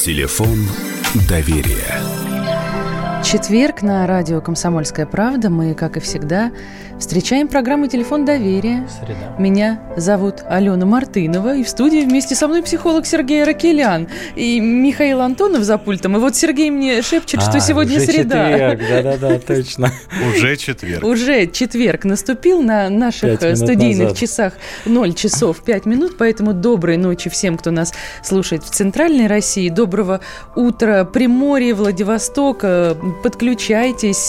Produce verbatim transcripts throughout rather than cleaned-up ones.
Телефон доверия. Четверг на радио «Комсомольская правда». Мы, как и всегда, встречаем программу «Телефон доверия». Среда. Меня зовут Алена Мартынова. И в студии вместе со мной психолог Сергей Аракелян. И Михаил Антонов за пультом. И вот Сергей мне шепчет, что а, сегодня уже среда. Четверг, да-да-да, точно. Уже четверг. Уже четверг наступил. На наших студийных назад. Часах ноль часов пять минут. Поэтому доброй ночи всем, кто нас слушает в Центральной России. Доброго утра Приморье, Владивосток. Подключайтесь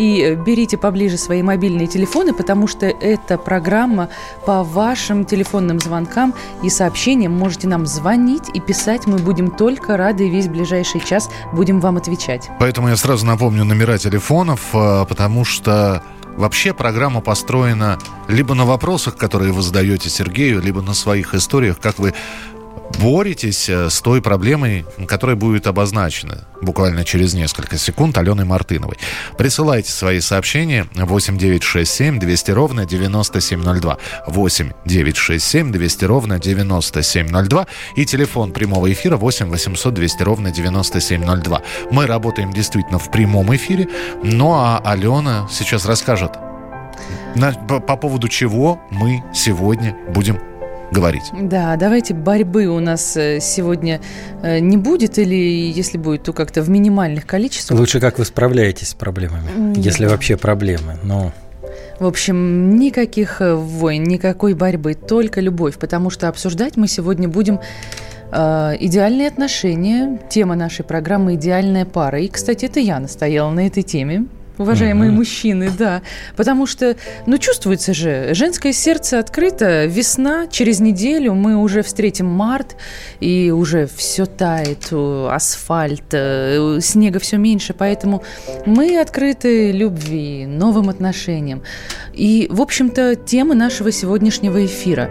и берите поближе свои мобильные телефоны, потому что эта программа по вашим телефонным звонкам и сообщениям. Можете нам звонить и писать. Мы будем только рады, и весь ближайший час будем вам отвечать. Поэтому я сразу напомню номера телефонов, потому что вообще программа построена либо на вопросах, которые вы задаете Сергею, либо на своих историях, как вы боретесь с той проблемой, которая будет обозначена буквально через несколько секунд Аленой Мартыновой. Присылайте свои сообщения восемь девятьсот шестьдесят семь двести ровно девяносто семь ноль два. восемь девятьсот шестьдесят семь двести ровно девяносто семь ноль два. И телефон прямого эфира восемь восемьсот двести ровно девяносто семь ноль два. Мы работаем действительно в прямом эфире. Ну а Алена сейчас расскажет, на, по, по поводу чего мы сегодня будем говорить. Да, давайте, борьбы у нас сегодня не будет, или если будет, то как-то в минимальных количествах. Лучше, как вы справляетесь с проблемами, Нет. если вообще проблемы, но... В общем, никаких войн, никакой борьбы, только любовь, потому что обсуждать мы сегодня будем э, идеальные отношения. Тема нашей программы «Идеальная пара». И, кстати, это я настояла на этой теме. Уважаемые mm-hmm. мужчины, да. Потому что, ну, чувствуется же, женское сердце открыто, весна, через неделю мы уже встретим март, и уже все тает, асфальт, снега все меньше, поэтому мы открыты любви, новым отношениям. И, в общем-то, тема нашего сегодняшнего эфира.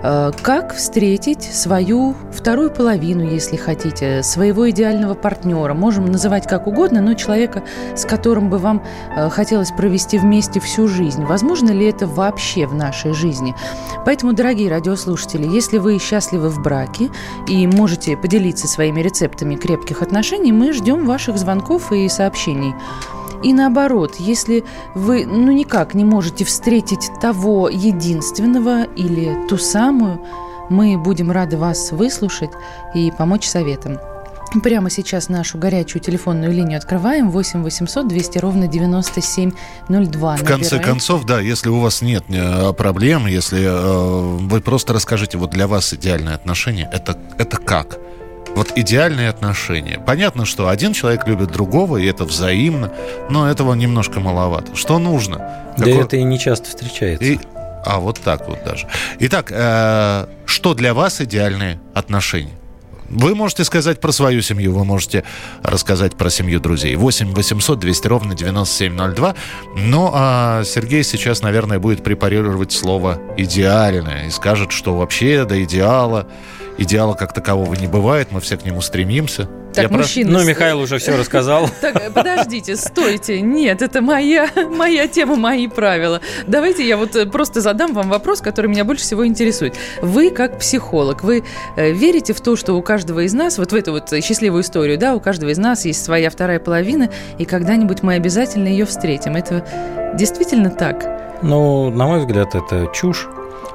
Как встретить свою вторую половину, если хотите, своего идеального партнера. Можем называть как угодно, но человека, с которым бы вам хотелось провести вместе всю жизнь. Возможно ли это вообще в нашей жизни? Поэтому, дорогие радиослушатели, если вы счастливы в браке и можете поделиться своими рецептами крепких отношений, мы ждем ваших звонков и сообщений. И наоборот, если вы ну никак не можете встретить того единственного или ту самую, мы будем рады вас выслушать и помочь советом. Прямо сейчас нашу горячую телефонную линию открываем. восемь восемьсот двести ровно девяносто семь ноль два. В конце концов, да, если у вас нет проблем, если э, вы просто расскажите, вот для вас идеальные отношения, это, это как? Вот идеальные отношения. Понятно, что один человек любит другого, и это взаимно, но этого немножко маловато. Что нужно? Да Какой... это и не часто встречается. И... А, вот так вот даже. Итак, э, что для вас идеальные отношения? Вы можете сказать про свою семью, вы можете рассказать про семью друзей. восемь восемьсот двести ровно девяносто семь ноль два. Ну, а Сергей сейчас, наверное, будет препарировать слово «идеальное» и скажет, что вообще до идеала, идеала как такового не бывает, мы все к нему стремимся. Так, мужчины... Ну, Михаил уже все рассказал. Так, подождите, стойте. Нет, это моя, моя тема, мои правила. Давайте я вот просто задам вам вопрос, который меня больше всего интересует. Вы, как психолог, вы верите в то, что у каждого из нас, вот в эту вот счастливую историю, да, у каждого из нас есть своя вторая половина, и когда-нибудь мы обязательно ее встретим. Это действительно так? Ну, на мой взгляд, это чушь.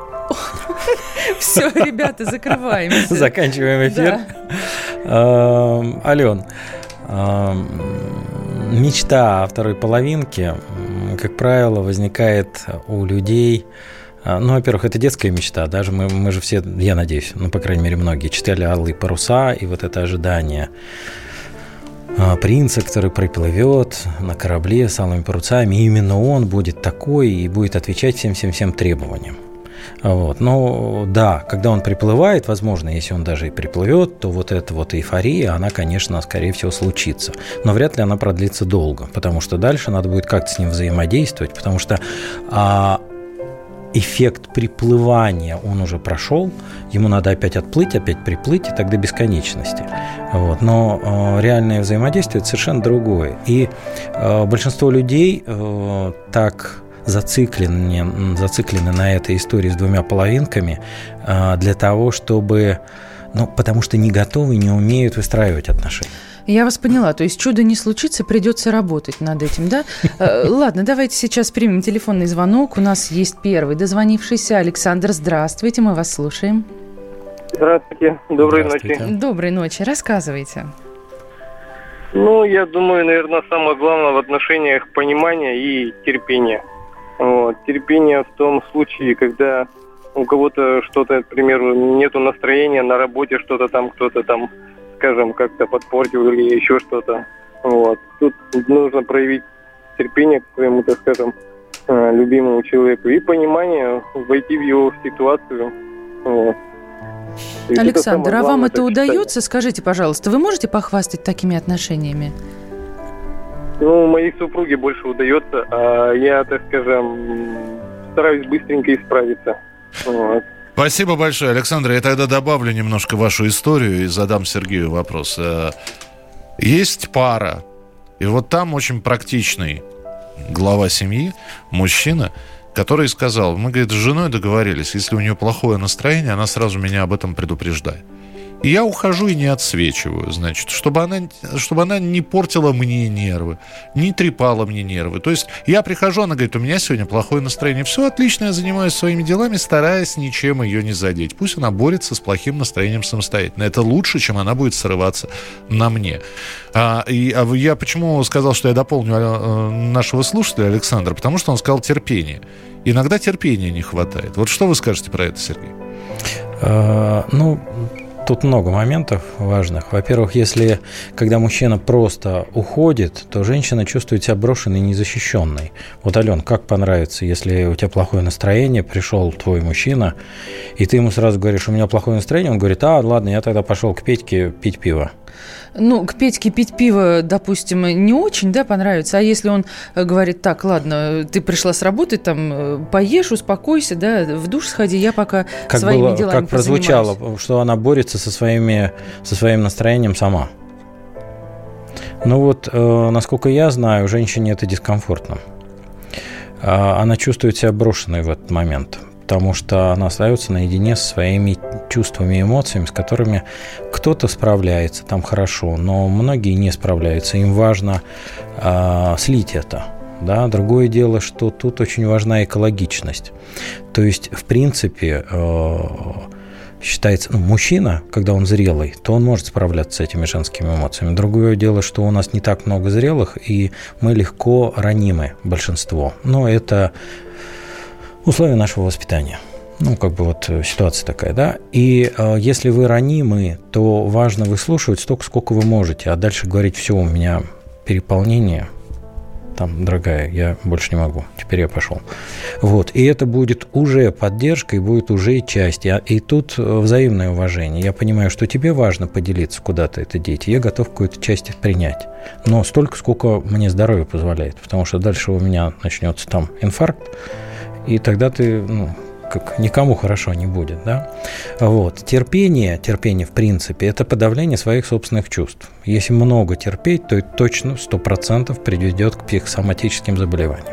Все, ребята, закрываемся. Заканчиваем эфир. Да. Ален, мечта о второй половинке, как правило, возникает у людей. Ну, во-первых, это детская мечта. Даже мы, мы же все, я надеюсь, ну, по крайней мере, многие читали «Алые паруса», и вот это ожидание принца, который приплывет на корабле с алыми парусами, и именно он будет такой и будет отвечать всем-всем-всем требованиям. Вот. Но да, когда он приплывает, возможно, если он даже и приплывет, то вот эта вот эйфория, она, конечно, скорее всего, случится. Но вряд ли она продлится долго, потому что дальше надо будет как-то с ним взаимодействовать, потому что а, эффект приплывания он уже прошел, ему надо опять отплыть, опять приплыть, и так до бесконечности. Вот. Но а, реальное взаимодействие – это совершенно другое. И а, большинство людей а, так... Зациклены, зациклены на этой истории с двумя половинками для того, чтобы Ну, потому что не готовы, не умеют выстраивать отношения. Я вас поняла. То есть чудо не случится, придется работать над этим, да? Ладно, давайте сейчас примем телефонный звонок. У нас есть первый дозвонившийся. Александр, здравствуйте, мы вас слушаем. Здравствуйте, доброй ночи. Доброй ночи, рассказывайте. Ну, я думаю, наверное, самое главное в отношениях понимание и терпение. Вот. Терпение в том случае, когда у кого-то что-то, к примеру, нету настроения на работе, что-то там, кто-то там, скажем, как-то подпортил или еще что-то. Вот. Тут нужно проявить терпение к своему, так скажем, любимому человеку и понимание, войти в его ситуацию. Вот. Александр, а вам это удается? Скажите, пожалуйста, вы можете похвастать такими отношениями? Ну, моей супруге больше удается, а я, так скажем, стараюсь быстренько исправиться. Вот. Спасибо большое, Александр. Я тогда добавлю немножко вашу историю и задам Сергею вопрос. Есть пара, и вот там очень практичный глава семьи, мужчина, который сказал, мы, говорит, с женой договорились, если у нее плохое настроение, она сразу меня об этом предупреждает. И я ухожу и не отсвечиваю, значит, чтобы она, чтобы она не портила мне нервы, не трепала мне нервы. То есть я прихожу, она говорит, у меня сегодня плохое настроение. Все отлично, я занимаюсь своими делами, стараясь ничем ее не задеть. Пусть она борется с плохим настроением самостоятельно. Это лучше, чем она будет срываться на мне. А, и, а я почему сказал, что я дополню а, нашего слушателя Александра? Потому что он сказал терпение. Иногда терпения не хватает. Вот что вы скажете про это, Сергей? А, ну... Тут много моментов важных. Во-первых, если, когда мужчина просто уходит, то женщина чувствует себя брошенной и незащищенной. Вот, Ален, как понравится, если у тебя плохое настроение, пришел твой мужчина, и ты ему сразу говоришь, у меня плохое настроение, он говорит, а, ладно, я тогда пошел к Петьке пить пиво. Ну, к Петьке пить пиво, допустим, не очень, да, понравится. А если он говорит, так, ладно, ты пришла с работы, там, поешь, успокойся, да, в душ сходи, я пока как своими было, делами как прозвучало, что она борется со, своими, со своим настроением сама. Ну вот, э, насколько я знаю, женщине это дискомфортно. Э, она чувствует себя брошенной в этот момент, потому что она остается наедине со своими чувствами и эмоциями, с которыми кто-то справляется, там хорошо, но многие не справляются. Им важно э, слить это. Да? Другое дело, что тут очень важна экологичность. То есть, в принципе, э, считается, ну, мужчина, когда он зрелый, то он может справляться с этими женскими эмоциями. Другое дело, что у нас не так много зрелых, и мы легко ранимы, большинство. Но это условия нашего воспитания. Ну, как бы вот ситуация такая, да. И э, если вы ранимы, то важно выслушивать столько, сколько вы можете, а дальше говорить, все, у меня переполнение, там, дорогая, я больше не могу, теперь я пошел. Вот, и это будет уже поддержка, и будет уже часть. И, и тут взаимное уважение. Я понимаю, что тебе важно поделиться, куда ты это деть, и я готов какую-то часть принять. Но столько, сколько мне здоровье позволяет, потому что дальше у меня начнется там инфаркт, и тогда ты, ну, как никому хорошо не будет, да? Вот. Терпение, терпение в принципе, это подавление своих собственных чувств. Если много терпеть, то это точно сто процентов приведет к психосоматическим заболеваниям.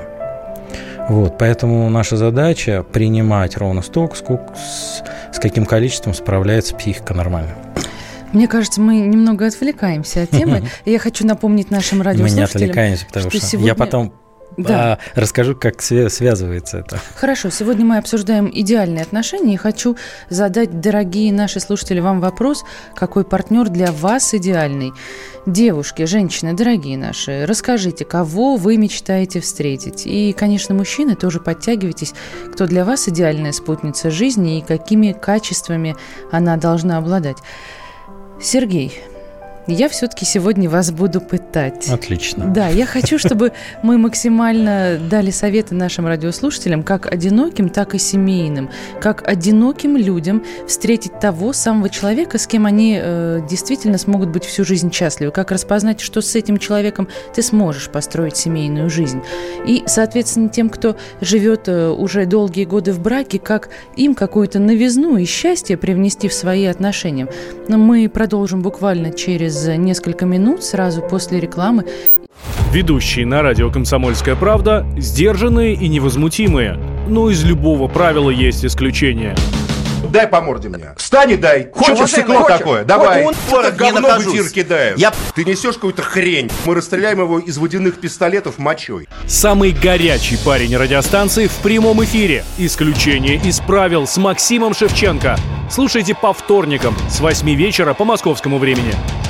Вот. Поэтому наша задача принимать ровно столько, сколько, с, с каким количеством справляется психика нормально. Мне кажется, мы немного отвлекаемся от темы. Я хочу напомнить нашим радиослушателям, мы не отвлекаемся, потому что, что сегодня... я потом... Да. А, расскажу, как связывается это. Хорошо, сегодня мы обсуждаем идеальные отношения, и хочу задать, дорогие наши слушатели, вам вопрос, какой партнер для вас идеальный. Девушки, женщины, дорогие наши, расскажите, кого вы мечтаете встретить. И, конечно, мужчины, тоже подтягивайтесь, кто для вас идеальная спутница жизни и какими качествами она должна обладать. Сергей, я все-таки сегодня вас буду пытать. Отлично. Да, я хочу, чтобы мы максимально дали советы нашим радиослушателям, как одиноким, так и семейным, как одиноким людям встретить того самого человека, с кем они э, действительно смогут быть всю жизнь счастливы, как распознать, что с этим человеком ты сможешь построить семейную жизнь. И, соответственно, тем, кто живет э, уже долгие годы в браке, как им какую-то новизну и счастье привнести в свои отношения. Но мы продолжим буквально через за несколько минут, сразу после рекламы. Ведущие на радио «Комсомольская правда» сдержанные и невозмутимые. Но из любого правила есть исключение. дай по морде мне. Встань и дай. Хочешь Чё, стекло хочешь? такое? Давай. Он Это говно в накажусь. эфир кидаешь. Я... Ты несешь какую-то хрень. Мы расстреляем его из водяных пистолетов мочой. Самый горячий парень радиостанции в прямом эфире. Исключение из правил с Максимом Шевченко. Слушайте по вторникам с восьми вечера по московскому времени.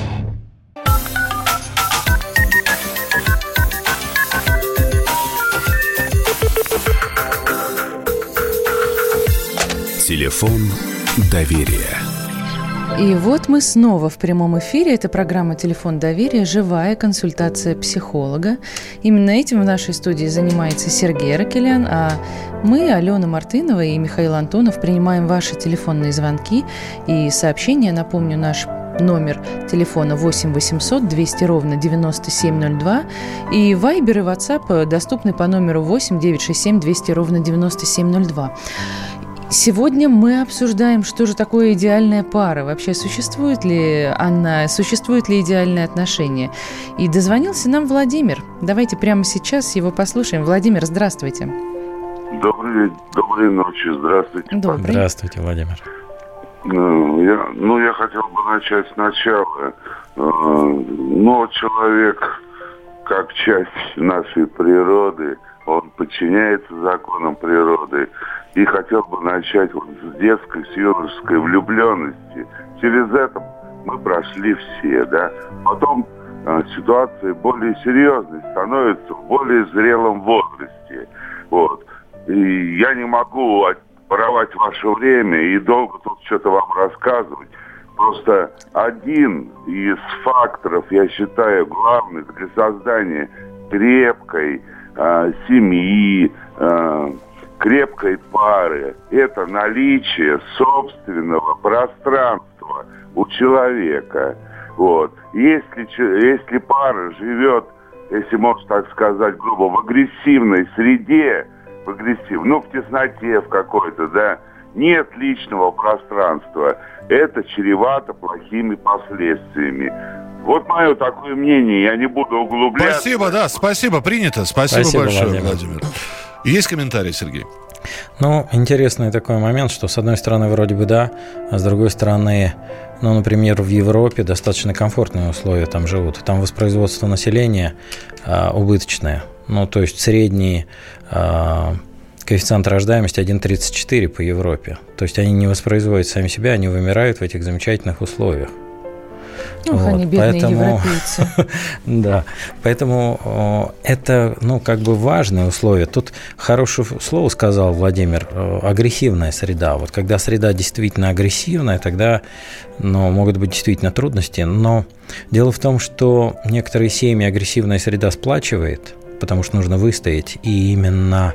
Телефон доверия. И вот мы снова в прямом эфире. Это программа «Телефон доверия», живая консультация психолога. Именно этим в нашей студии занимается Сергей Аракелян, а мы, Алена Мартынова и Михаил Антонов, принимаем ваши телефонные звонки и сообщения. Напомню, наш номер телефона восемь восемьсот двести ровно девяносто семь ноль два и Вайбер и WhatsApp доступны по номеру восемь девятьсот шестьдесят семь двести ровно девяносто семь ноль два. Сегодня мы обсуждаем, что же такое идеальная пара. Вообще, существует ли она, существуют ли идеальные отношения? И дозвонился нам Владимир. Давайте прямо сейчас его послушаем. Владимир, здравствуйте. Добрый, доброй ночи, здравствуйте. Добрый. Здравствуйте, Владимир. Ну я, ну, я хотел бы начать сначала. Но человек, как часть нашей природы, он подчиняется законам природы. И хотел бы начать вот с детской, с юношеской влюбленности. Через это мы прошли все, да. Потом э, ситуация более серьезной становится в более зрелом возрасте. Вот. И я не могу воровать ваше время и долго тут что-то вам рассказывать. Просто один из факторов, я считаю, главных для создания крепкой э, семьи, э, крепкой пары – это наличие собственного пространства у человека. Вот. Если, если пара живет, если можно так сказать грубо, в агрессивной среде, в агрессивной, ну, в тесноте в какой-то, да, нет личного пространства, это чревато плохими последствиями. Вот мое такое мнение, я не буду углубляться. Спасибо, да, спасибо, принято. Спасибо, Спасибо, большое, Владимир. Владимир. Есть комментарий, Сергей? Ну, интересный такой момент, что с одной стороны вроде бы да, а с другой стороны, ну, например, в Европе достаточно комфортные условия там живут. Там воспроизводство населения а, убыточное. Ну, то есть средний а, коэффициент рождаемости один целых тридцать четыре по Европе. То есть они не воспроизводят сами себя, они вымирают в этих замечательных условиях. Ох, вот, они бедные поэтому, европейцы. Да, поэтому это, ну, как бы важное условие. Тут хорошее слово сказал Владимир, агрессивная среда. Вот когда среда действительно агрессивная, тогда, ну, могут быть действительно трудности. Но дело в том, что некоторые семьи агрессивная среда сплачивает, потому что нужно выстоять, и именно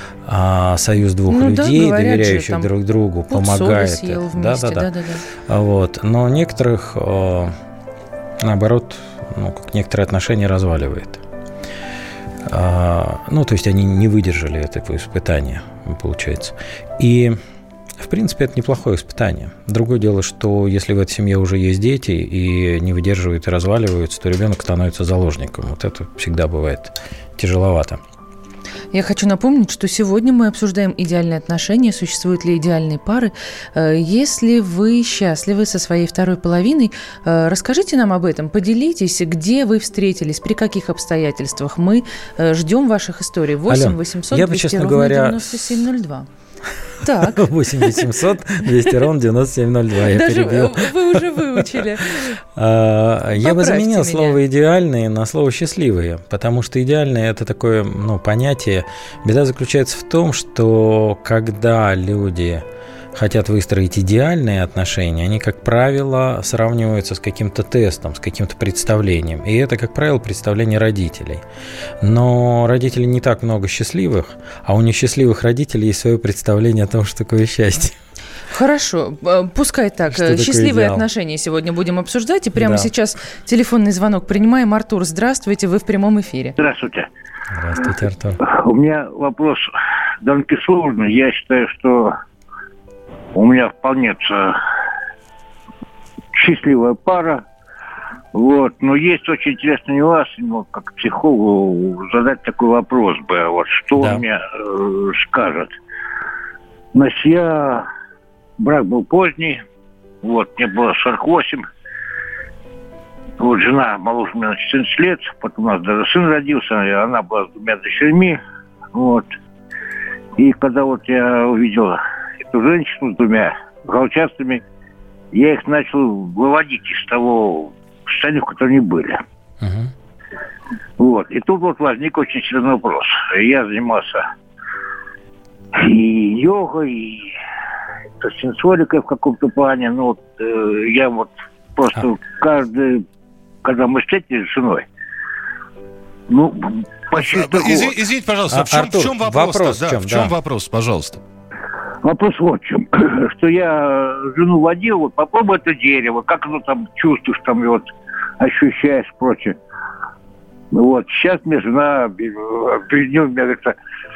а, союз двух ну, людей, да, доверяющих же, друг другу, помогает. Да, да, да, да, да. Вот. Но некоторых, наоборот, ну, как некоторые отношения разваливает. А, ну, то есть они не выдержали этого испытания, получается. И, в принципе, это неплохое испытание. Другое дело, что если в этой семье уже есть дети и не выдерживают и разваливаются, то ребенок становится заложником. Вот это всегда бывает тяжеловато. Я хочу напомнить, что сегодня мы обсуждаем идеальные отношения, существуют ли идеальные пары. Если вы счастливы со своей второй половиной, расскажите нам об этом, поделитесь, где вы встретились, при каких обстоятельствах. Мы ждем ваших историй. восемь восемьсот двести ровно девяносто семь ноль два. Так. восемь восемьсот двести ровно девяносто семь ноль два. Я Даже перебил. Вы уже выучили. Я бы заменил слово «идеальные» на слово «счастливые», потому что идеальное – это такое, ну, понятие. Беда заключается в том, что когда люди хотят выстроить идеальные отношения, они, как правило, сравниваются с каким-то тестом, с каким-то представлением. И это, как правило, представление родителей. Но родителей не так много счастливых, а у несчастливых родителей есть свое представление о том, что такое счастье. Хорошо, пускай так. Что Счастливые отношения сегодня будем обсуждать. И прямо да. сейчас телефонный звонок принимаем. Артур, здравствуйте, вы в прямом эфире. Здравствуйте. Здравствуйте, Артур. У меня вопрос довольно-таки сложный. Я считаю, что у меня вполне счастливая пара. Вот. Но есть очень интересный нюанс, ну, как психологу задать такой вопрос бы. Вот что да. он мне э, скажет. Значит, я брак был поздний. Вот, мне было сорок восемь. Вот жена моложе меня на четырнадцать лет. Потом у нас даже сын родился. Она была с двумя дочерьми. Вот. И когда вот я увидел эту женщину с двумя волчатами, я их начал выводить из того состояния, в котором они были. Uh-huh. Вот. И тут вот возник очень серьезный вопрос. Я занимался и йогой, и сенсорикой в каком-то плане. Ну вот э, я вот просто uh-huh. каждый, когда мы встретились с женой, ну, почти... Изв... Извините, пожалуйста, а, в, чем, Артур, в чем вопрос? вопрос да, в чем, в чем да. вопрос, пожалуйста? Вопрос вот в чем. Что я жену водил, вот попробуй это дерево, как оно там чувствуешь, там, и вот ощущаешь, прочее. Вот, сейчас мне жена обвинила меня, говорит,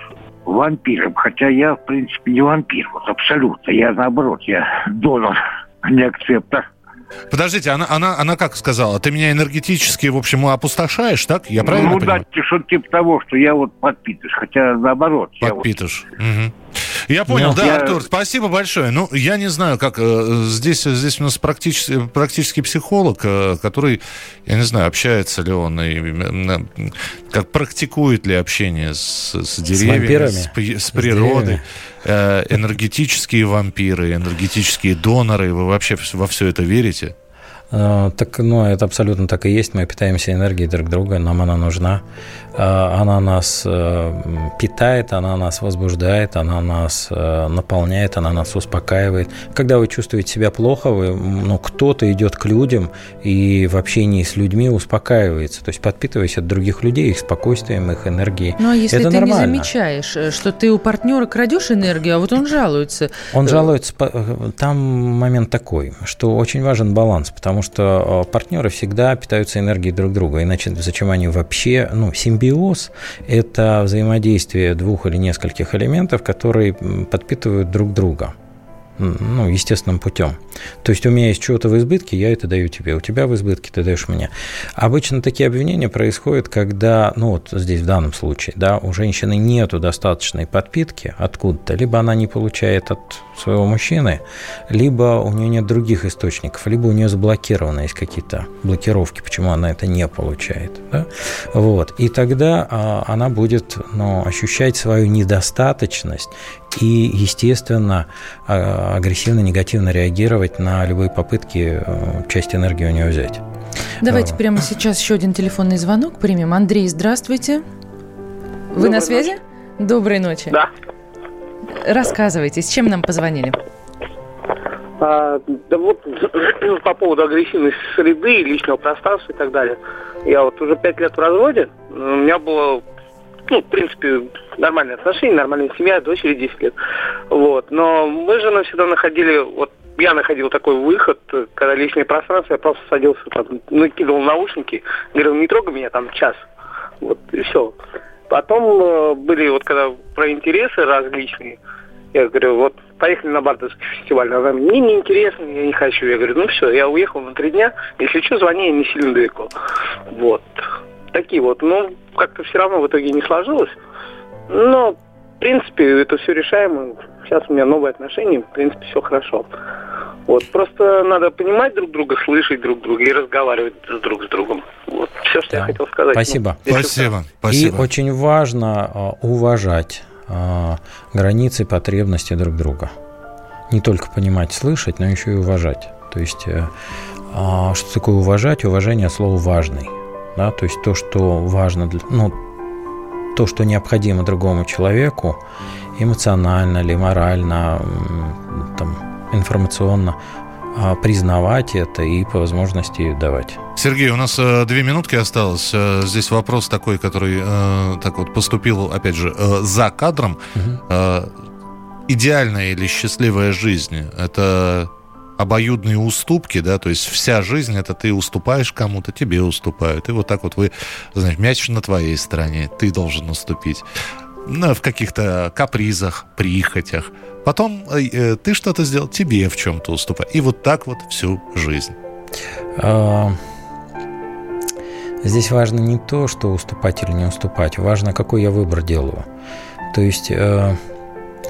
вампиром. Хотя я, в принципе, не вампир, вот абсолютно. Я, наоборот, я донор, не акцептор. Подождите, она, она, она как сказала? Ты меня энергетически, в общем, опустошаешь, так? Я правильно ну, понимаю? Ну, да, что-то типа того, что я вот подпитываешь. Хотя, наоборот. Подпитываешь. Я, вот... угу. я понял, ну, да, я... Артур, спасибо большое. Ну, я не знаю, как... Здесь, здесь у нас практически, практически психолог, который, я не знаю, общается ли он, и, как практикует ли общение с, с деревьями, с, с, с природой. С энергетические вампиры, энергетические доноры. Вы вообще во все это верите? Так, ну, это абсолютно так и есть. Мы питаемся энергией друг друга, нам она нужна. Она нас питает, она нас возбуждает, она нас наполняет, она нас успокаивает. Когда вы чувствуете себя плохо, вы, ну, кто-то идет к людям и в общении с людьми успокаивается. То есть подпитываясь от других людей, их спокойствием, их энергией. Ну, а если это ты нормально. Не замечаешь, что ты у партнера крадешь энергию, а вот он жалуется. Он жалуется. Там момент такой, что очень важен баланс, потому что партнеры всегда питаются энергией друг друга. Иначе зачем они вообще, ну, симбиоз – это взаимодействие двух или нескольких элементов, которые подпитывают друг друга. Ну, естественным путем. То есть у меня есть чего-то в избытке, я это даю тебе, у тебя в избытке, ты даешь мне. Обычно такие обвинения происходят, когда, ну вот здесь в данном случае, да, у женщины нету достаточной подпитки откуда-то, либо она не получает от своего мужчины, либо у нее нет других источников, либо у нее заблокированы, есть какие-то блокировки, почему она это не получает. Да? Вот. И тогда а, она будет, ну, ощущать свою недостаточность и, естественно, агрессивно, негативно реагировать на любые попытки часть энергии у нее взять. Давайте прямо сейчас еще один телефонный звонок примем. Андрей, здравствуйте. Вы Доброй на связи? Ночи. Доброй ночи. Да. Рассказывайте, с чем нам позвонили? А, да вот по поводу агрессивной среды, личного пространства и так далее. Я вот уже пять лет в разводе. У меня было... Ну, в принципе, нормальные отношения, нормальная семья, дочери десять лет. Вот. Но мы с женой всегда находили, вот я находил такой выход, когда личное пространство, я просто садился, там, накидывал наушники, говорил, не трогай меня там час. Вот, и все. Потом э, были вот когда про интересы различные, я говорю, вот поехали на Бардовский фестиваль. Она мне не интересно, я не хочу. Я говорю, ну все, я уехал на три дня, если что, звони, я не сильно далеко. Вот. Такие вот, но как-то все равно в итоге не сложилось. Но, в принципе, это все решаемо. Сейчас у меня новые отношения, в принципе, все хорошо. Вот, просто надо понимать друг друга, слышать друг друга и разговаривать друг с другом. Вот, все, что да. я хотел сказать. Спасибо. Ну, Спасибо. Спасибо. И очень важно уважать границы, потребности друг друга. Не только понимать, слышать, но еще и уважать. То есть, что такое уважать? Уважение от слова «важный». Да, то есть то, что важно, для, ну, то, что необходимо другому человеку, эмоционально или морально, там, информационно, признавать это и по возможности давать. Сергей, у нас э, две минутки осталось. Э, здесь вопрос такой, который э, так вот поступил, опять же, э, за кадром. Угу. Э, идеальная или счастливая жизнь – это... обоюдные уступки, да, то есть вся жизнь это ты уступаешь кому-то, тебе уступают, и вот так вот вы, знаешь, мяч на твоей стороне, ты должен уступить, ну, в каких-то капризах, прихотях, потом э, ты что-то сделал, тебе в чем-то уступать, и вот так вот всю жизнь. Здесь важно не то, что уступать или не уступать, важно, какой я выбор делаю, то есть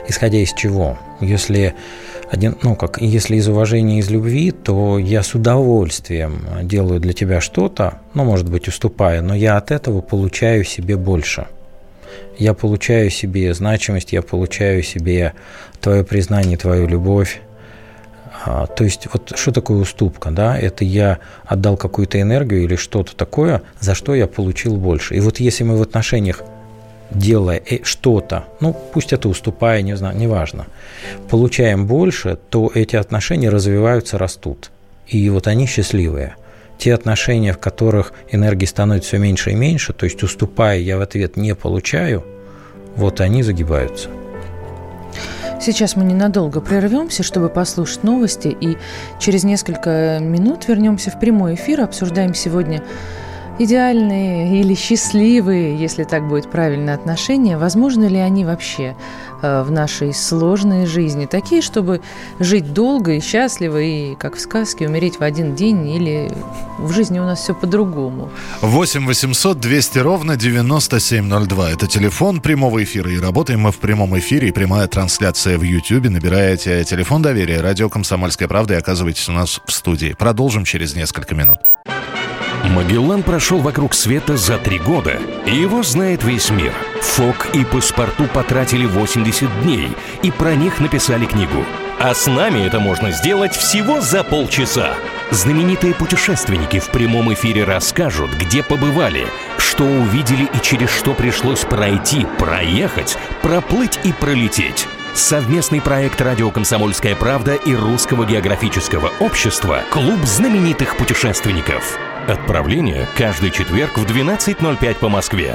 исходя из чего? Если, один, ну, как, если из уважения, из любви, то я с удовольствием делаю для тебя что-то, ну, может быть, уступая, но я от этого получаю себе больше. Я получаю себе значимость, я получаю себе твое признание, твою любовь. То есть вот что такое уступка? Да? Это я отдал какую-то энергию или что-то такое, за что я получил больше. И вот если мы в отношениях, делая что-то, ну пусть это уступая, не знаю, неважно, получаем больше, то эти отношения развиваются, растут. И вот они счастливые. Те отношения, в которых энергии становится все меньше и меньше, то есть уступая, я в ответ не получаю, вот они загибаются. Сейчас мы ненадолго прервемся, чтобы послушать новости, и через несколько минут вернемся в прямой эфир. Обсуждаем сегодня идеальные или счастливые, если так будет правильно, отношения. Возможно ли они вообще э, в нашей сложной жизни? Такие, чтобы жить долго и счастливо, и, как в сказке, умереть в один день, или в жизни у нас все по-другому? восемь восемьсот двести ровно девяносто семь ноль два. Это телефон прямого эфира. И работаем мы в прямом эфире. И прямая трансляция в Ютьюбе. Набираете телефон доверия. Радио «Комсомольская правда» и оказываетесь у нас в студии. Продолжим через несколько минут. Магеллан прошел вокруг света за три года, и его знает весь мир. Фок и Паспарту потратили восемьдесят дней, и про них написали книгу. А с нами это можно сделать всего за полчаса. Знаменитые путешественники в прямом эфире расскажут, где побывали, что увидели и через что пришлось пройти, проехать, проплыть и пролететь. Совместный проект «Радио Комсомольская правда» и Русского географического общества «Клуб знаменитых путешественников». Отправление каждый четверг в двенадцать ноль пять по Москве.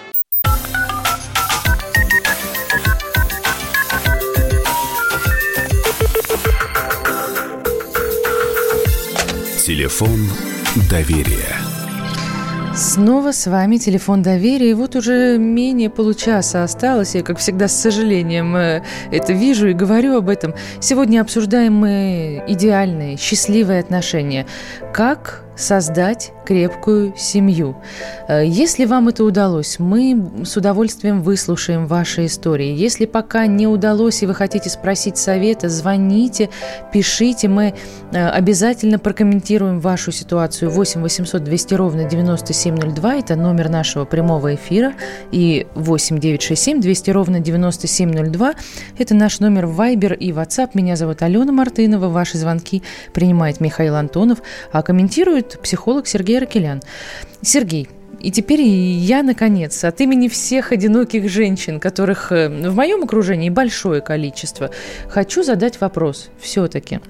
Телефон доверия. Снова с вами телефон доверия. И вот уже менее получаса осталось. Я, как всегда, с сожалением это вижу и говорю об этом. Сегодня обсуждаем мы идеальные, счастливые отношения. Как создать крепкую семью. Если вам это удалось, мы с удовольствием выслушаем ваши истории. Если пока не удалось и вы хотите спросить совета, звоните, пишите. Мы обязательно прокомментируем вашу ситуацию. восемь восемьсот двести ровно девяносто семь ноль два. Это номер нашего прямого эфира. И восемь девятьсот шестьдесят семь двести ровно девяносто семь ноль два. Это наш номер в Viber и WhatsApp. Меня зовут Алена Мартынова. Ваши звонки принимает Михаил Антонов, а комментирует психолог Сергей Ракелян. Сергей, и теперь я, наконец, от имени всех одиноких женщин, которых в моем окружении большое количество, хочу задать вопрос все-таки.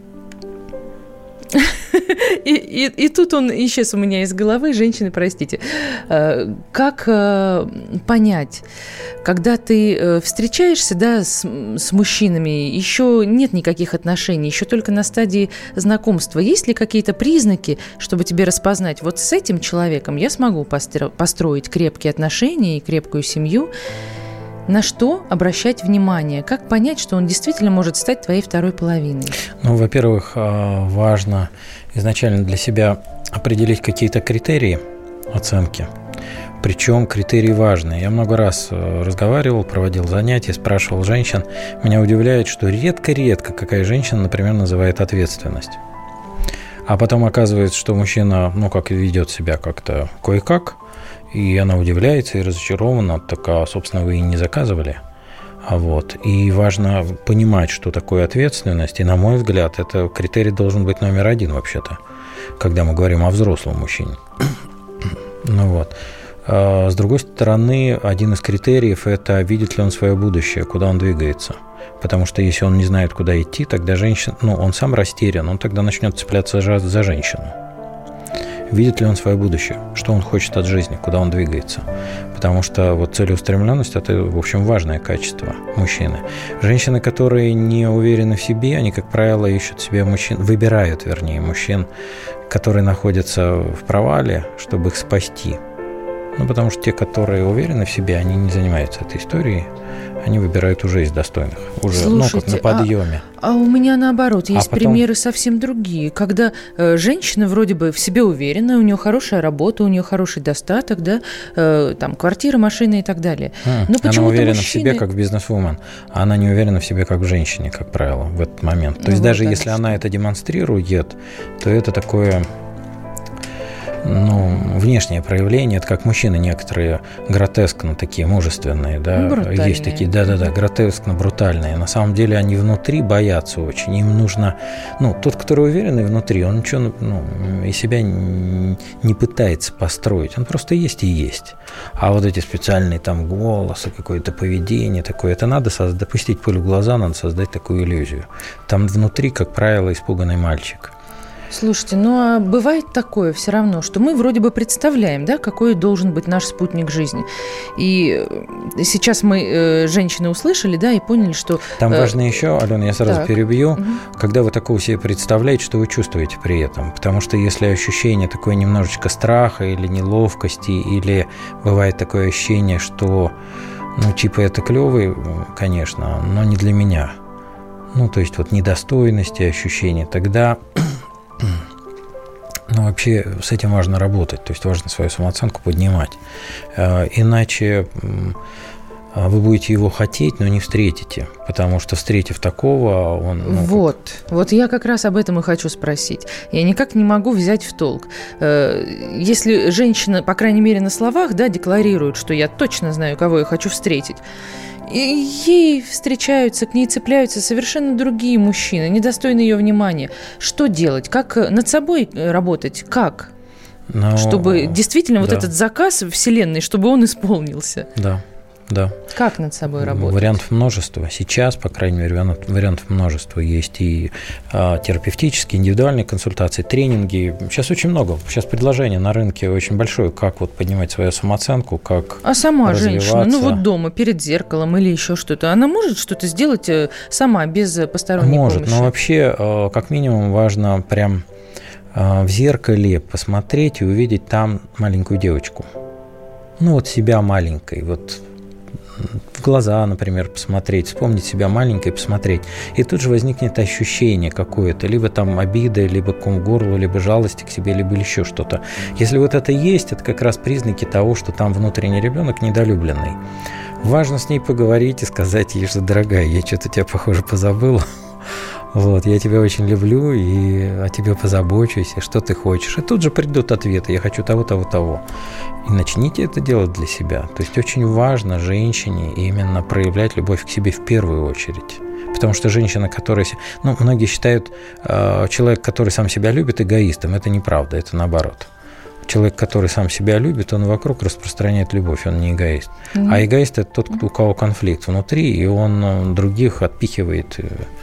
И, и, и тут он исчез у меня из головы, женщины, простите. Как понять, когда ты встречаешься, да, с, с мужчинами, еще нет никаких отношений, еще только на стадии знакомства, есть ли какие-то признаки, чтобы тебе распознать, вот с этим человеком я смогу постро- построить крепкие отношения и крепкую семью? На что обращать внимание? Как понять, что он действительно может стать твоей второй половиной? Ну, во-первых, важно изначально для себя определить какие-то критерии оценки. Причем критерии важные. Я много раз разговаривал, проводил занятия, спрашивал женщин. Меня удивляет, что редко-редко какая женщина, например, называет ответственность. А потом оказывается, что мужчина, ну, как ведет себя как-то кое-как, и она удивляется и разочарована, так, а, собственно, вы и не заказывали. А вот. И важно понимать, что такое ответственность. И, на мой взгляд, это критерий должен быть номер один вообще-то, когда мы говорим о взрослом мужчине. Ну вот. А с другой стороны, один из критериев – это видит ли он свое будущее, куда он двигается. Потому что если он не знает, куда идти, тогда женщина, ну, он сам растерян, он тогда начнет цепляться за женщину. Видит ли он свое будущее, что он хочет от жизни, куда он двигается. Потому что вот целеустремленность – это, в общем, важное качество мужчины. Женщины, которые не уверены в себе, они, как правило, ищут себе мужчин, выбирают, вернее, мужчин, которые находятся в провале, чтобы их спасти. Ну, потому что те, которые уверены в себе, они не занимаются этой историей. Они выбирают уже из достойных, уже, Слушайте, ну, как на подъеме. А, а у меня наоборот, есть а потом... примеры совсем другие, когда э, женщина вроде бы в себе уверена, у нее хорошая работа, у нее хороший достаток, да, э, там квартира, машина и так далее. А, Но она уверена мужчины... в себе как в бизнесвумен, а она не уверена в себе как в женщине, как правило, в этот момент. То ну, есть вот даже так если что. она это демонстрирует, то это такое... Ну, внешнее проявление, это как мужчины некоторые гротескно такие мужественные, да, брутальные. Есть такие, да-да-да, гротескно брутальные. На самом деле они внутри боятся очень, им нужно, ну, тот, который уверенный внутри, он ничего, ну, из себя не пытается построить, он просто есть и есть. А вот эти специальные там голосы, какое-то поведение такое, это надо создать, допустить пыль в глаза, надо создать такую иллюзию. Там внутри, как правило, испуганный мальчик. Слушайте, ну а бывает такое все равно, что мы вроде бы представляем, да, какой должен быть наш спутник жизни. И сейчас мы, э, женщины, услышали, да, и поняли, что... Там э, важно еще, Алена, я сразу так. перебью, угу. когда вы такого себе представляете, что вы чувствуете при этом. Потому что если ощущение такое немножечко страха или неловкости, или бывает такое ощущение, что, ну, типа, это клевый, конечно, но не для меня. Ну, то есть вот недостойности, ощущения, тогда... Ну, вообще с этим важно работать, то есть важно свою самооценку поднимать. Иначе вы будете его хотеть, но не встретите, потому что, встретив такого, он... Ну, вот, как... вот я как раз об этом и хочу спросить. Я никак не могу взять в толк. Если женщина, по крайней мере, на словах, да, декларирует, что я точно знаю, кого я хочу встретить, и ей встречаются, к ней цепляются совершенно другие мужчины, недостойны ее внимания. Что делать? Как над собой работать? Как? Но... Чтобы действительно да. вот этот заказ Вселенной, чтобы он исполнился. Да. Да. Как над собой работать? Вариантов множество. Сейчас, по крайней мере, вариантов множество. Есть и а, терапевтические, индивидуальные консультации, тренинги. Сейчас очень много. Сейчас предложение на рынке очень большое, как вот поднимать свою самооценку, как А сама развиваться. женщина, ну вот дома, перед зеркалом или еще что-то, она может что-то сделать сама, без посторонней может, помощи? Может, но вообще, как минимум, важно прям в зеркале посмотреть и увидеть там маленькую девочку. Ну вот себя маленькой, вот в глаза, например, посмотреть, вспомнить себя маленькой, посмотреть. И тут же возникнет ощущение какое-то, либо там обида, либо ком в горло, либо жалости к себе, либо еще что-то. Если вот это есть, это как раз признаки того, что там внутренний ребенок недолюбленный. Важно с ней поговорить и сказать ей, что, дорогая, я что-то тебя, похоже, позабыла. Вот, я тебя очень люблю и о тебе позабочусь, и что ты хочешь. И тут же придут ответы, я хочу того, того, того. И начните это делать для себя. То есть очень важно женщине именно проявлять любовь к себе в первую очередь. Потому что женщина, которая... Ну, многие считают, э, человек, который сам себя любит, эгоистом. Это неправда, это наоборот. Человек, который сам себя любит, он вокруг распространяет любовь, он не эгоист. Mm-hmm. А эгоист – это тот, у кого конфликт внутри, и он других отпихивает.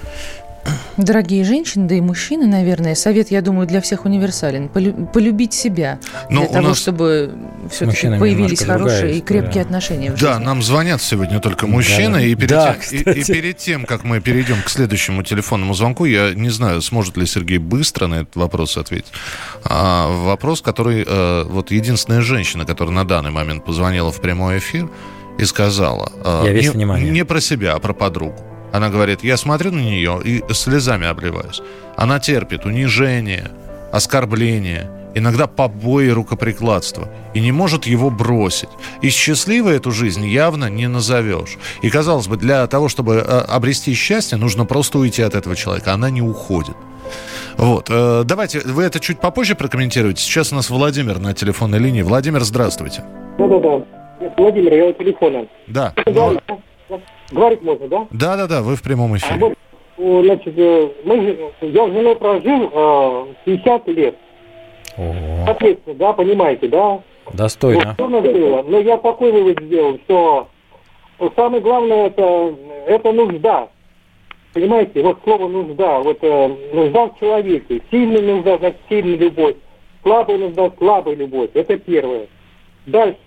Дорогие женщины, да и мужчины, наверное, совет, я думаю, для всех универсален. Полю- полюбить себя, Но для того, нас... чтобы все-таки появились хорошие и крепкие отношения в жизни. Да, нам звонят сегодня только мужчины. Да, и, перед да, тем, и, и перед тем, как мы перейдем к следующему телефонному звонку, я не знаю, сможет ли Сергей быстро на этот вопрос ответить. А, вопрос, который... А, вот единственная женщина, которая на данный момент позвонила в прямой эфир и сказала... А, я весь не, внимание. Не про себя, а про подругу. Она говорит, я смотрю на нее и слезами обливаюсь. Она терпит унижение, оскорбление, иногда побои и рукоприкладство. И не может его бросить. И счастливой эту жизнь явно не назовешь. И, казалось бы, для того, чтобы обрести счастье, нужно просто уйти от этого человека. Она не уходит. Вот. Давайте, вы это чуть попозже прокомментируете. Сейчас у нас Владимир на телефонной линии. Владимир, здравствуйте. Да-да-да. Владимир, я у телефона. Да. Но... Говорить можно, да? Да, да, да, вы в прямом эфире. А вот, значит, мы, я с женой прожил пятьдесят лет. Ого. Соответственно, да, понимаете, да? Достойно. Вот, было. Но я такой вывод сделал, что самое главное это, это нужда. Понимаете, вот слово нужда, вот нужда в человеке. Сильная нужда, значит, сильная любовь. Слабая нужда, слабая любовь. Это первое. Дальше.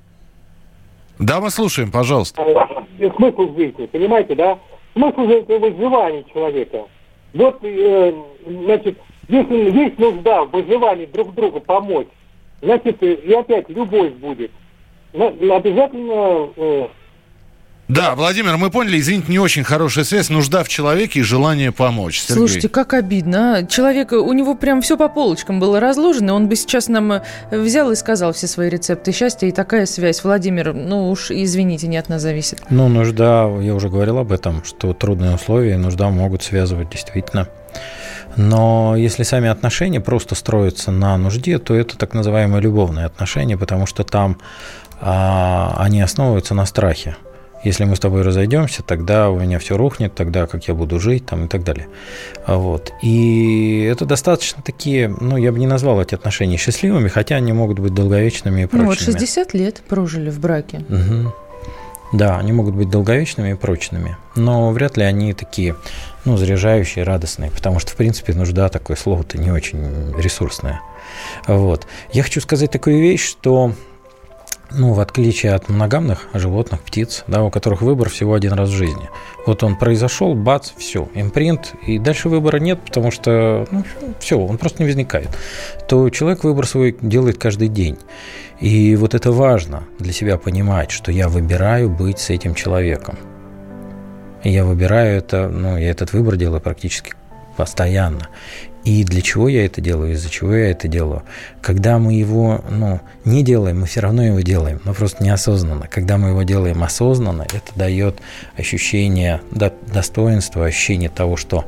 Да, мы слушаем, пожалуйста. Смысл жизни, понимаете, да? Смысл жизни – это выживание человека. Вот, э, значит, если есть нужда в выживании друг другу помочь, значит, и опять любовь будет. обязательно... Э, Да, Владимир, мы поняли, извините, не очень хорошая связь, нужда в человеке и желание помочь. Сергей. Слушайте, как обидно. А? Человек, у него прям все по полочкам было разложено, он бы сейчас нам взял и сказал все свои рецепты счастья, и такая связь. Владимир, ну уж извините, не от нас зависит. Ну, нужда, я уже говорил об этом, что трудные условия и нужда могут связывать действительно. Но если сами отношения просто строятся на нужде, то это так называемые любовные отношения, потому что там а, они основываются на страхе. Если мы с тобой разойдемся, тогда у меня все рухнет, тогда как я буду жить там, и так далее. Вот. И это достаточно такие, ну, я бы не назвал эти отношения счастливыми, хотя они могут быть долговечными и прочными. Ну, вот шестьдесят лет прожили в браке. Угу. Да, они могут быть долговечными и прочными, но вряд ли они такие, ну, заряжающие, радостные, потому что, в принципе, нужда, такое слово-то не очень ресурсное. Вот. Я хочу сказать такую вещь, что... Ну, в отличие от моногамных животных, птиц, да, у которых выбор всего один раз в жизни. Вот он произошел, бац, все, импринт, и дальше выбора нет, потому что, ну, все, он просто не возникает. То человек выбор свой делает каждый день. И вот это важно для себя понимать, что я выбираю быть с этим человеком. И я выбираю это, ну, я этот выбор делаю практически постоянно. И для чего я это делаю, из-за чего я это делаю? Когда мы его, ну, не делаем, мы все равно его делаем, но просто неосознанно. Когда мы его делаем осознанно, это дает ощущение достоинства, ощущение того, что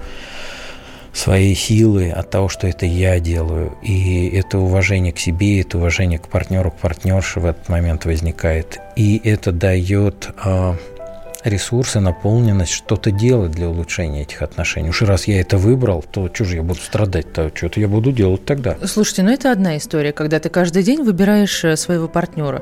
своей силы, от того, что это я делаю. И это уважение к себе, это уважение к партнеру, к партнерше в этот момент возникает. И это дает... ресурсы, наполненность, что-то делать для улучшения этих отношений. Уж раз я это выбрал, то что же я буду страдать-то? Что-то я буду делать тогда. Слушайте, ну это одна история, когда ты каждый день выбираешь своего партнера.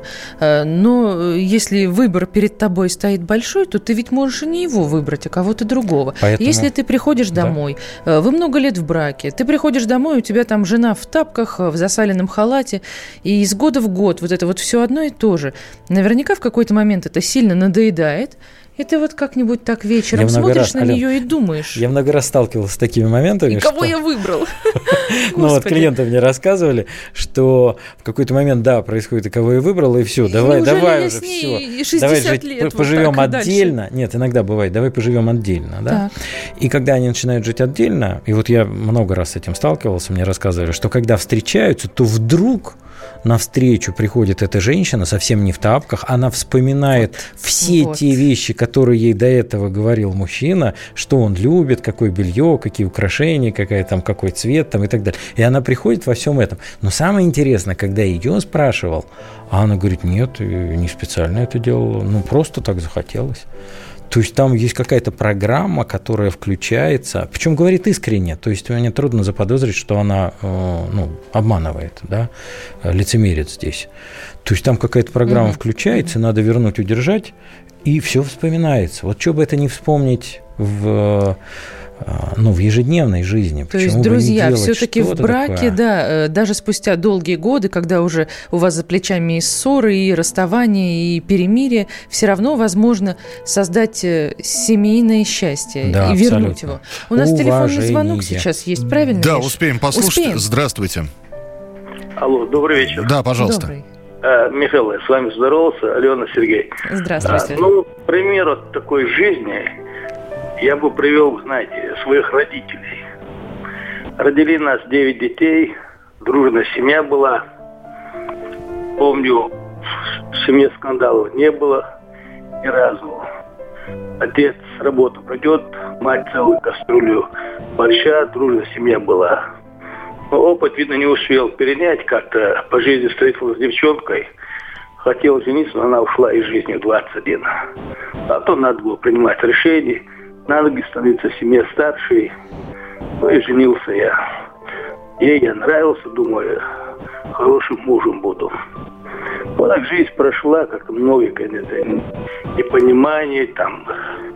Но если выбор перед тобой стоит большой, то ты ведь можешь и не его выбрать, а кого-то другого. Поэтому... Если ты приходишь домой, да. Вы много лет в браке, ты приходишь домой, у тебя там жена в тапках, в засаленном халате, и из года в год вот это вот все одно и то же. Наверняка в какой-то момент это сильно надоедает. И ты вот как-нибудь так вечером смотришь раз, на Ален, нее и думаешь. Я много раз сталкивался с такими моментами. И что... кого я выбрал? Ну вот клиенты мне рассказывали, что в какой-то момент, да, происходит, и кого я выбрал, и все, давай, давай уже, все. Давай жить, поживем отдельно. Нет, иногда бывает, давай поживем отдельно, да. И когда они начинают жить отдельно, и вот я много раз с этим сталкивался, мне рассказывали, что когда встречаются, то вдруг... навстречу приходит эта женщина, совсем не в тапках, она вспоминает все вот. те вещи, которые ей до этого говорил мужчина, что он любит, какое белье, какие украшения, какая там, какой цвет там, и так далее. И она приходит во всем этом. Но самое интересное, когда ее спрашивал, а она говорит, нет, не специально это делала, ну просто так захотелось. То есть там есть какая-то программа, которая включается, причем говорит искренне, то есть мне трудно заподозрить, что она э, ну, обманывает, да, лицемерит здесь. То есть там какая-то программа mm-hmm. включается, надо вернуть, удержать, и все вспоминается. Вот что бы это ни вспомнить в... ну, в ежедневной жизни. То есть, друзья, все-таки в браке, такое? Да, даже спустя долгие годы, когда уже у вас за плечами и ссоры, и расставания, и перемирие, все равно возможно создать семейное счастье да, и абсолютно. вернуть его. У нас Уважение. Телефонный звонок сейчас есть, правильно? Да, Миш? успеем послушать. Успеем. Здравствуйте. Алло, добрый вечер. Да, пожалуйста. Добрый. А, Михаил, я с вами здоровался, Алена, Сергей. Здравствуйте. А, ну, пример от такой жизни я бы привел, знаете, своих родителей. Родили нас девять детей, дружная семья была. Помню, в семье скандалов не было ни разу. Отец работу пройдет, мать целую кастрюлю борща, дружная семья была. Но опыт, видно, не успел перенять, как-то по жизни встретился с девчонкой. Хотел жениться, но она ушла из жизни в двадцать один. А то надо было принимать решение. На ноги становиться в семье старшей. Ну и женился я. Ей я нравился, думаю, хорошим мужем буду. Вот так жизнь прошла, как-то много, конечно, непониманий, там,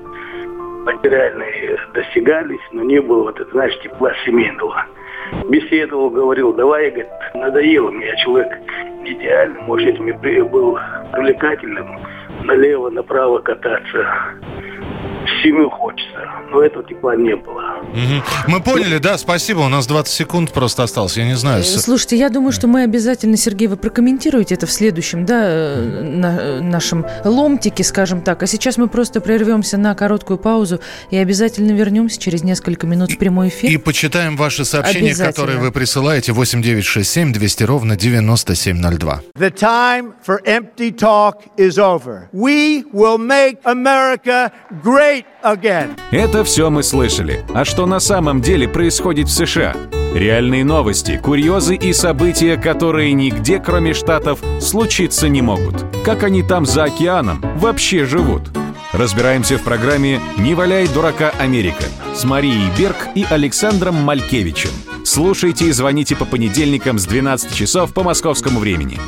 материальные достигались, но не было, вот это, знаешь, тепла семейного. Беседовал, говорил, давай, говорит, надоело мне, я человек идеальный, может, я мне был привлекательным, налево, направо кататься. Семью хочется, но этого тепла не было. Угу. Мы поняли, да, спасибо. У нас двадцать секунд просто осталось, я не знаю. Слушайте, я думаю, что мы обязательно, Сергей, вы прокомментируете это в следующем, да, на нашем ломтике, скажем так. А сейчас мы просто прервемся на короткую паузу и обязательно вернемся через несколько минут в прямой эфир. И почитаем ваши сообщения, которые вы присылаете. восемь девятьсот шестьдесят семь двести ровно девяносто семь ноль два. The time for empty talk is over. We will make America great again. Это все мы слышали. А что на самом деле происходит в США? Реальные новости, курьезы и события, которые нигде, кроме Штатов, случиться не могут. Как они там за океаном вообще живут? Разбираемся в программе «Не валяй дурака, Америка» с Марией Берг и Александром Малькевичем. Слушайте и звоните по понедельникам с двенадцати часов по московскому времени.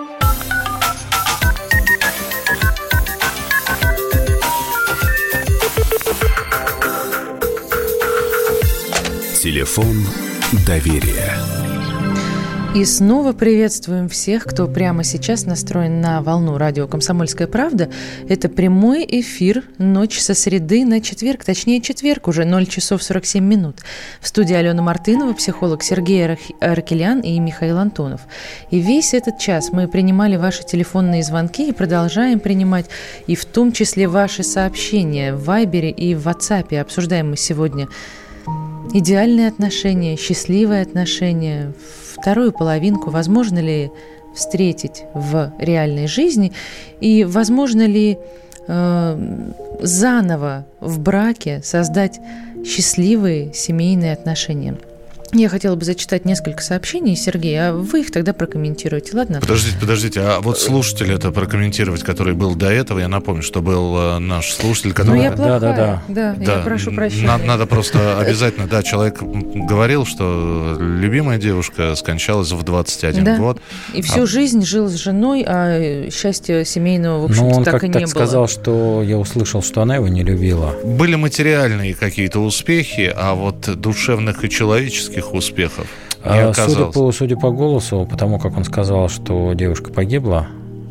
Телефон доверия. И снова приветствуем всех, кто прямо сейчас настроен на волну радио «Комсомольская правда». Это прямой эфир «Ночь со среды на четверг», точнее четверг, уже ноль часов сорок семь минут. В студии Алена Мартынова, психолог Сергей Аракелян и Михаил Антонов. И весь этот час мы принимали ваши телефонные звонки и продолжаем принимать, и в том числе ваши сообщения в Вайбере и в WhatsApp. Обсуждаем мы сегодня идеальные отношения, счастливые отношения, вторую половинку, возможно ли встретить в реальной жизни и возможно ли э, заново в браке создать счастливые семейные отношения. Я хотела бы зачитать несколько сообщений, Сергей, а вы их тогда прокомментируете, ладно? Подождите, подождите, а вот слушатель это прокомментировать, который был до этого, я напомню, что был э, наш слушатель, который... Ну, я плохая, да, да, да, да, я прошу прощения. Надо, надо просто обязательно, да, человек говорил, что любимая девушка скончалась в двадцать один да. год. И всю а... жизнь жил с женой, а счастья семейного, в общем-то, он так и не так было. сказал, что я услышал, что она его не любила. Были материальные какие-то успехи, а вот душевных и человеческих успехов не оказалось. Судя по, судя по голосу, потому как он сказал, что девушка погибла,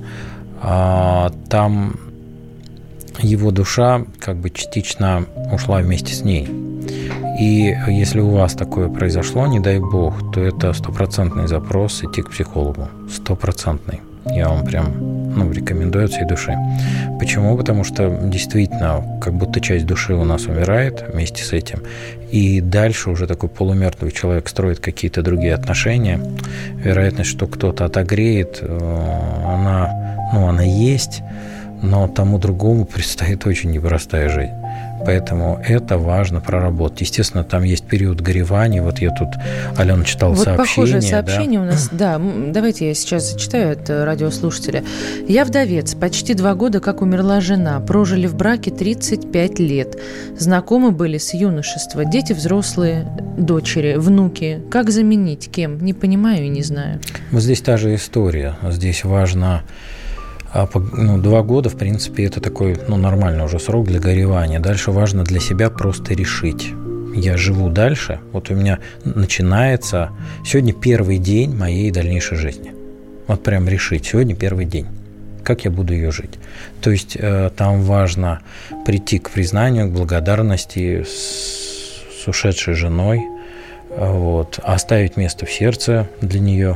там его душа как бы частично ушла вместе с ней. И если у вас такое произошло, не дай бог, то это стопроцентный запрос идти к психологу. Стопроцентный. Я вам прям ну, рекомендую от всей души. Почему? Потому что действительно как будто часть души у нас умирает вместе с этим. И дальше уже такой полумертвый человек строит какие-то другие отношения. Вероятность, что кто-то отогреет, она, ну, она есть, но тому другому предстоит очень непростая жизнь. Поэтому это важно проработать. Естественно, там есть период горевания. Вот я тут, Алена, читал вот сообщение. Вот похожее сообщение да? у нас. Да, давайте я сейчас зачитаю от радиослушателя. Я вдовец. Почти два года, как умерла жена. Прожили в браке тридцать пять лет. Знакомы были с юношества. Дети взрослые, дочери, внуки. Как заменить? Кем? Не понимаю и не знаю. Вот здесь та же история. Здесь важно... Ну, два года, в принципе, это такой, ну, нормальный уже срок для горевания. Дальше важно для себя просто решить. Я живу дальше. Вот у меня начинается сегодня первый день моей дальнейшей жизни. Вот прям решить. Сегодня первый день. Как я буду ее жить? То есть э, там важно прийти к признанию, к благодарности с, с ушедшей женой, вот, оставить место в сердце для нее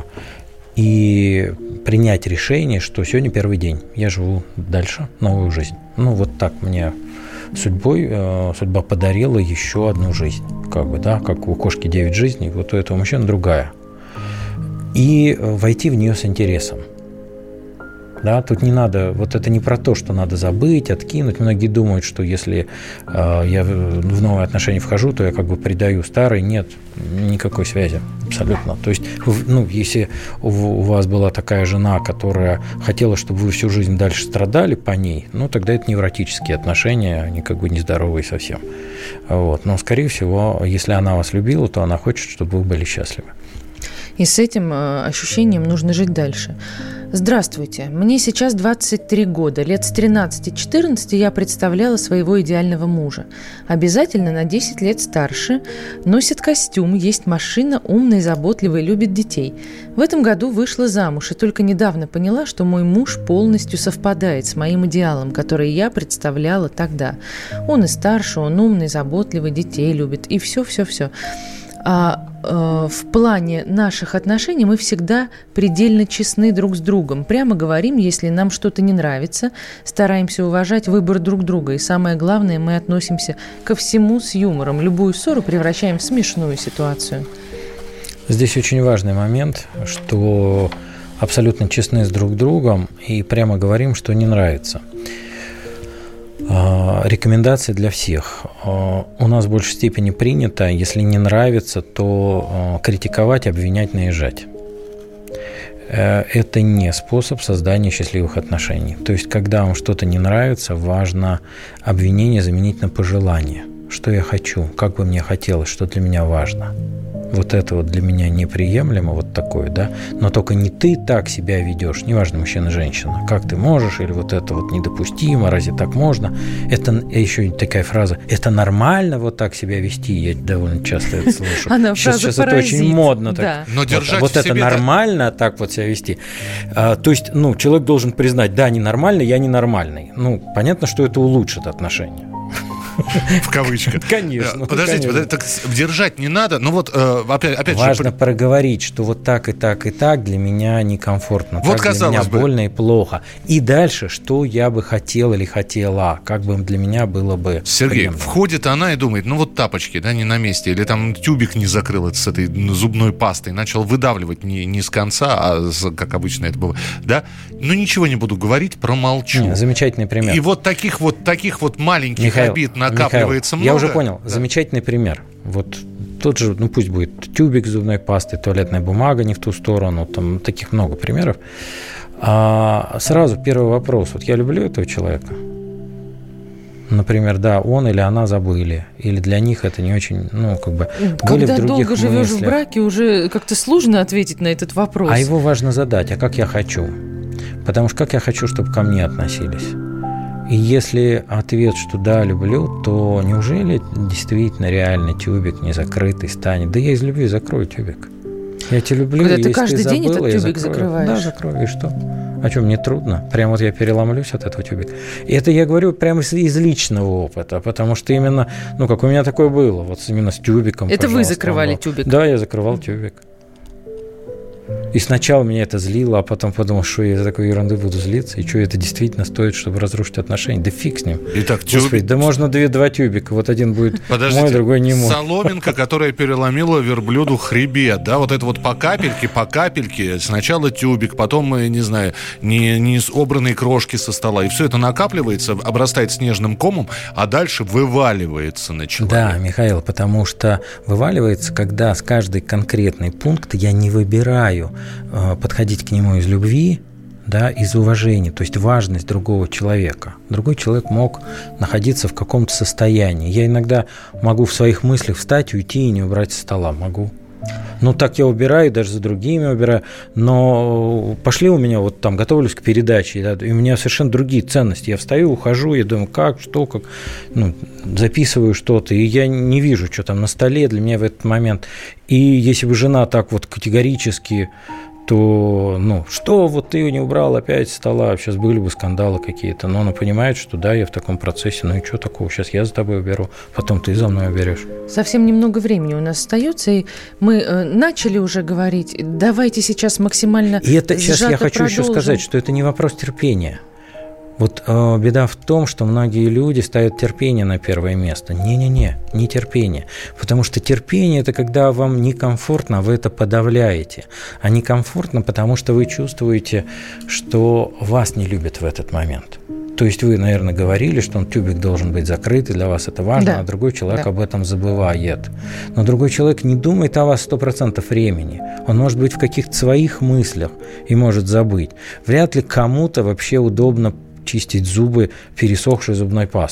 и принять решение, что сегодня первый день, я живу дальше новую жизнь. Ну, вот так мне судьбой, э, судьба подарила еще одну жизнь. Как бы, да, как у кошки девять жизней, вот у этого мужчины другая. И войти в нее с интересом. Да, тут не надо, вот это не про то, что надо забыть, откинуть. Многие думают, что если э, я в новые отношения вхожу, то я как бы предаю старые. Нет, никакой связи абсолютно. То есть, ну, если у, у вас была такая жена, которая хотела, чтобы вы всю жизнь дальше страдали по ней, ну, тогда это невротические отношения, они как бы нездоровые совсем. Вот. Но, скорее всего, если она вас любила, то она хочет, чтобы вы были счастливы. И с этим ощущением нужно жить дальше. Здравствуйте, мне сейчас двадцать три года. Лет с тринадцати-четырнадцати я представляла своего идеального мужа. Обязательно на десять лет старше, носит костюм, есть машина, умный, заботливый, любит детей. В этом году вышла замуж и только недавно поняла, что мой муж полностью совпадает с моим идеалом, который я представляла тогда. Он и старше, он умный, заботливый, детей любит и все-все-все. А э, в плане наших отношений мы всегда предельно честны друг с другом. Прямо говорим, если нам что-то не нравится, стараемся уважать выбор друг друга. И самое главное, мы относимся ко всему с юмором. Любую ссору превращаем в смешную ситуацию. Здесь очень важный момент, что абсолютно честны с друг другом и прямо говорим, что не нравится. Рекомендации для всех. У нас в большей степени принято, если не нравится, то критиковать, обвинять, наезжать. Это не способ создания счастливых отношений. То есть, когда вам что-то не нравится, важно обвинение заменить на пожелание. Что я хочу, как бы мне хотелось, что для меня важно. Вот это вот для меня неприемлемо, вот такое, да, но только не ты так себя ведешь, неважно, мужчина, женщина, как ты можешь, или вот это вот недопустимо, разве так можно? Это еще такая фраза, это нормально вот так себя вести, я довольно часто это слышу. Она сейчас сейчас паразит. Это очень модно. Так. Да. Но держать вот, вот это себе нормально это... так вот себя вести. А, то есть, ну, человек должен признать, да, ненормально, я ненормальный. Ну, понятно, что это улучшит отношения. В кавычках. Конечно. Подождите, конечно. Вот так держать не надо. Ну вот э, опять, опять важно же... проговорить, что вот так и так и так для меня некомфортно. Вот так для меня бы. больно и плохо. И дальше, что я бы хотел или хотела, как бы для меня было бы Сергей, приемлемо. Входит она и думает, ну вот тапочки, да, не на месте, или там тюбик не закрыл с этой зубной пастой, начал выдавливать не, не с конца, а с, как обычно это было, да? Ну ничего не буду говорить, промолчу. Не, замечательный пример. И вот таких вот таких вот маленьких Михаил, обид накапливается Михаил, много. Я уже понял. Да. Замечательный пример. Вот тот же, ну пусть будет тюбик с зубной пастой, туалетная бумага не в ту сторону, там таких много примеров. А сразу первый вопрос. Вот я люблю этого человека. Например, да, он или она забыли, или для них это не очень, ну, как бы, были Когда в других долго живешь мыслях. в браке, уже как-то сложно ответить на этот вопрос. А его важно задать, а как я хочу? Потому что как я хочу, чтобы ко мне относились? И если ответ, что да, люблю, то неужели действительно реально тюбик не закрытый станет? Да я из любви закрою тюбик. Я тебя люблю, когда если ты каждый ты день забыла, этот тюбик закрою. закрываешь. Да, закрою, и что? А что, мне трудно? Прям вот я переломлюсь от этого тюбика. И это я говорю прямо из, из личного опыта, потому что именно, ну, как у меня такое было, вот именно с тюбиком. Это вы закрывали тюбик? Да, я закрывал тюбик. И сначала меня это злило, а потом подумал, что я за такой ерунды буду злиться, и что это действительно стоит, чтобы разрушить отношения. Да фиг с ним. Итак, Господи, тюб... да можно две, два тюбика, вот один будет Подождите, мой, другой не мой. соломинка, которая переломила верблюду хребет, да, вот это вот по капельке, по капельке, сначала тюбик, потом, не знаю, не, не обранные крошки со стола, и все это накапливается, обрастает снежным комом, а дальше вываливается на человека. Да, Михаил, потому что вываливается, когда с каждой конкретной пункта я не выбираю подходить к нему из любви, да, из уважения, то есть важность другого человека. Другой человек мог находиться в каком-то состоянии. Я иногда могу в своих мыслях встать, уйти и не убрать со стола. Могу. Ну, так я убираю, даже за другими убираю. Но пошли у меня, вот там, готовлюсь к передаче, да, и у меня совершенно другие ценности. Я встаю, ухожу, я думаю, как, что, как, ну, записываю что-то, и я не вижу, что там на столе для меня в этот момент. И если бы жена так вот категорически, то, ну, что вот ты не убрал опять со стола, сейчас были бы скандалы какие-то, но она понимает, что да, я в таком процессе, ну и что такого, сейчас я за тобой уберу, потом ты за мной уберешь. Совсем немного времени у нас остается, и мы э, начали уже говорить, давайте сейчас максимально И это сейчас я хочу продолжим. еще сказать, что это не вопрос терпения. Вот э, беда в том, что многие люди ставят терпение на первое место. Не-не-не, не терпение. Потому что терпение – это когда вам некомфортно, вы это подавляете. А некомфортно, потому что вы чувствуете, что вас не любят в этот момент. То есть вы, наверное, говорили, что он тюбик должен быть закрыт, и для вас это важно, да. А другой человек да. об этом забывает. Но другой человек не думает о вас сто процентов времени. Он может быть в каких-то своих мыслях и может забыть. Вряд ли кому-то вообще удобно чистить зубы пересохшей зубной пастой.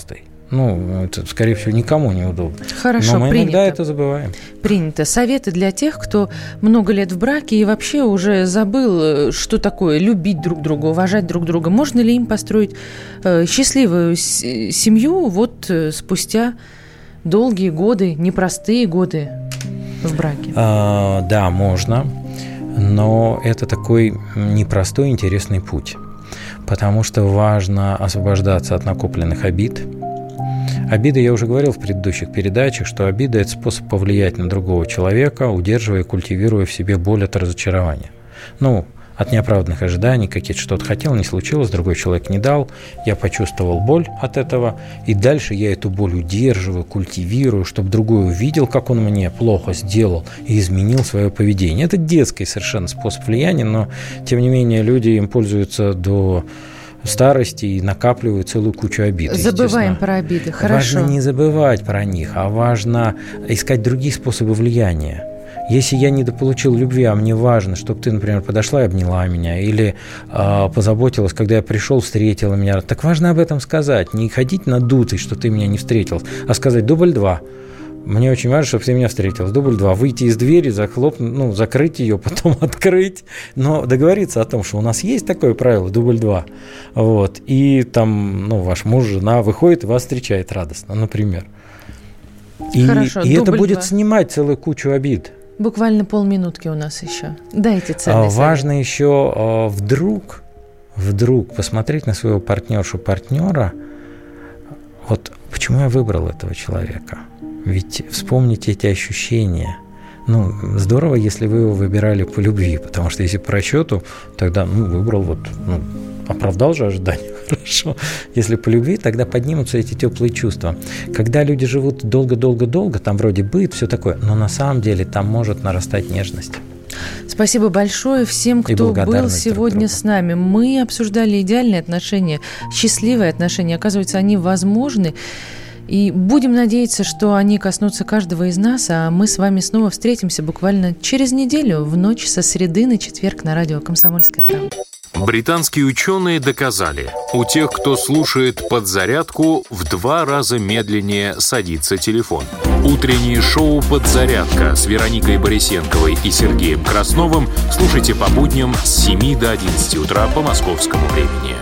Ну, это, скорее всего, никому не удобно. Хорошо, но мы принято. иногда это забываем. Принято. Советы для тех, кто много лет в браке и вообще уже забыл, что такое любить друг друга, уважать друг друга. Можно ли им построить э, счастливую с- семью вот э, спустя долгие годы, непростые годы в браке? А, да, можно, но это такой непростой, интересный путь, потому что важно освобождаться от накопленных обид. Обида, я уже говорил в предыдущих передачах, что обида – это способ повлиять на другого человека, удерживая и культивируя в себе боль от разочарования. Ну, от неоправданных ожиданий, какие-то что-то хотел, не случилось, другой человек не дал, я почувствовал боль от этого, и дальше я эту боль удерживаю, культивирую, чтобы другой увидел, как он мне плохо сделал, и изменил свое поведение. Это детский совершенно способ влияния, но, тем не менее, люди им пользуются до старости и накапливают целую кучу обид. Забываем про обиды, хорошо. Важно не забывать про них, а важно искать другие способы влияния. Если я недополучил любви, а мне важно, чтобы ты, например, подошла и обняла меня, или э, позаботилась, когда я пришел, встретила меня, так важно об этом сказать, не ходить надутый, что ты меня не встретил, а сказать дубль два. Мне очень важно, чтобы ты меня встретил. Дубль два. Выйти из двери, захлопнуть, ну, закрыть ее, потом открыть. Но договориться о том, что у нас есть такое правило, дубль два. Вот. И там, ну, ваш муж, жена выходит и вас встречает радостно, например. И, Хорошо, и это будет два. снимать целую кучу обид. Буквально полминутки у нас еще. Дайте ценный а, совет. Важно еще а, вдруг, вдруг посмотреть на своего партнершу, партнера. Вот почему я выбрал этого человека? Ведь вспомните эти ощущения. Ну, здорово, если вы его выбирали по любви, потому что если по расчету, тогда, ну, выбрал вот, ну, оправдал же ожидания, хорошо. Если по любви, тогда поднимутся эти теплые чувства. Когда люди живут долго-долго-долго, там вроде быт, все такое, но на самом деле там может нарастать нежность. Спасибо большое всем, кто был сегодня с нами. Мы обсуждали идеальные отношения, счастливые отношения. Оказывается, они возможны. И будем надеяться, что они коснутся каждого из нас, а мы с вами снова встретимся буквально через неделю в ночь со среды на четверг на радио «Комсомольская правда». Британские ученые доказали, у тех, кто слушает «Подзарядку», в два раза медленнее садится телефон. Утреннее шоу «Подзарядка» с Вероникой Борисенковой и Сергеем Красновым слушайте по будням с семи до одиннадцати утра по московскому времени.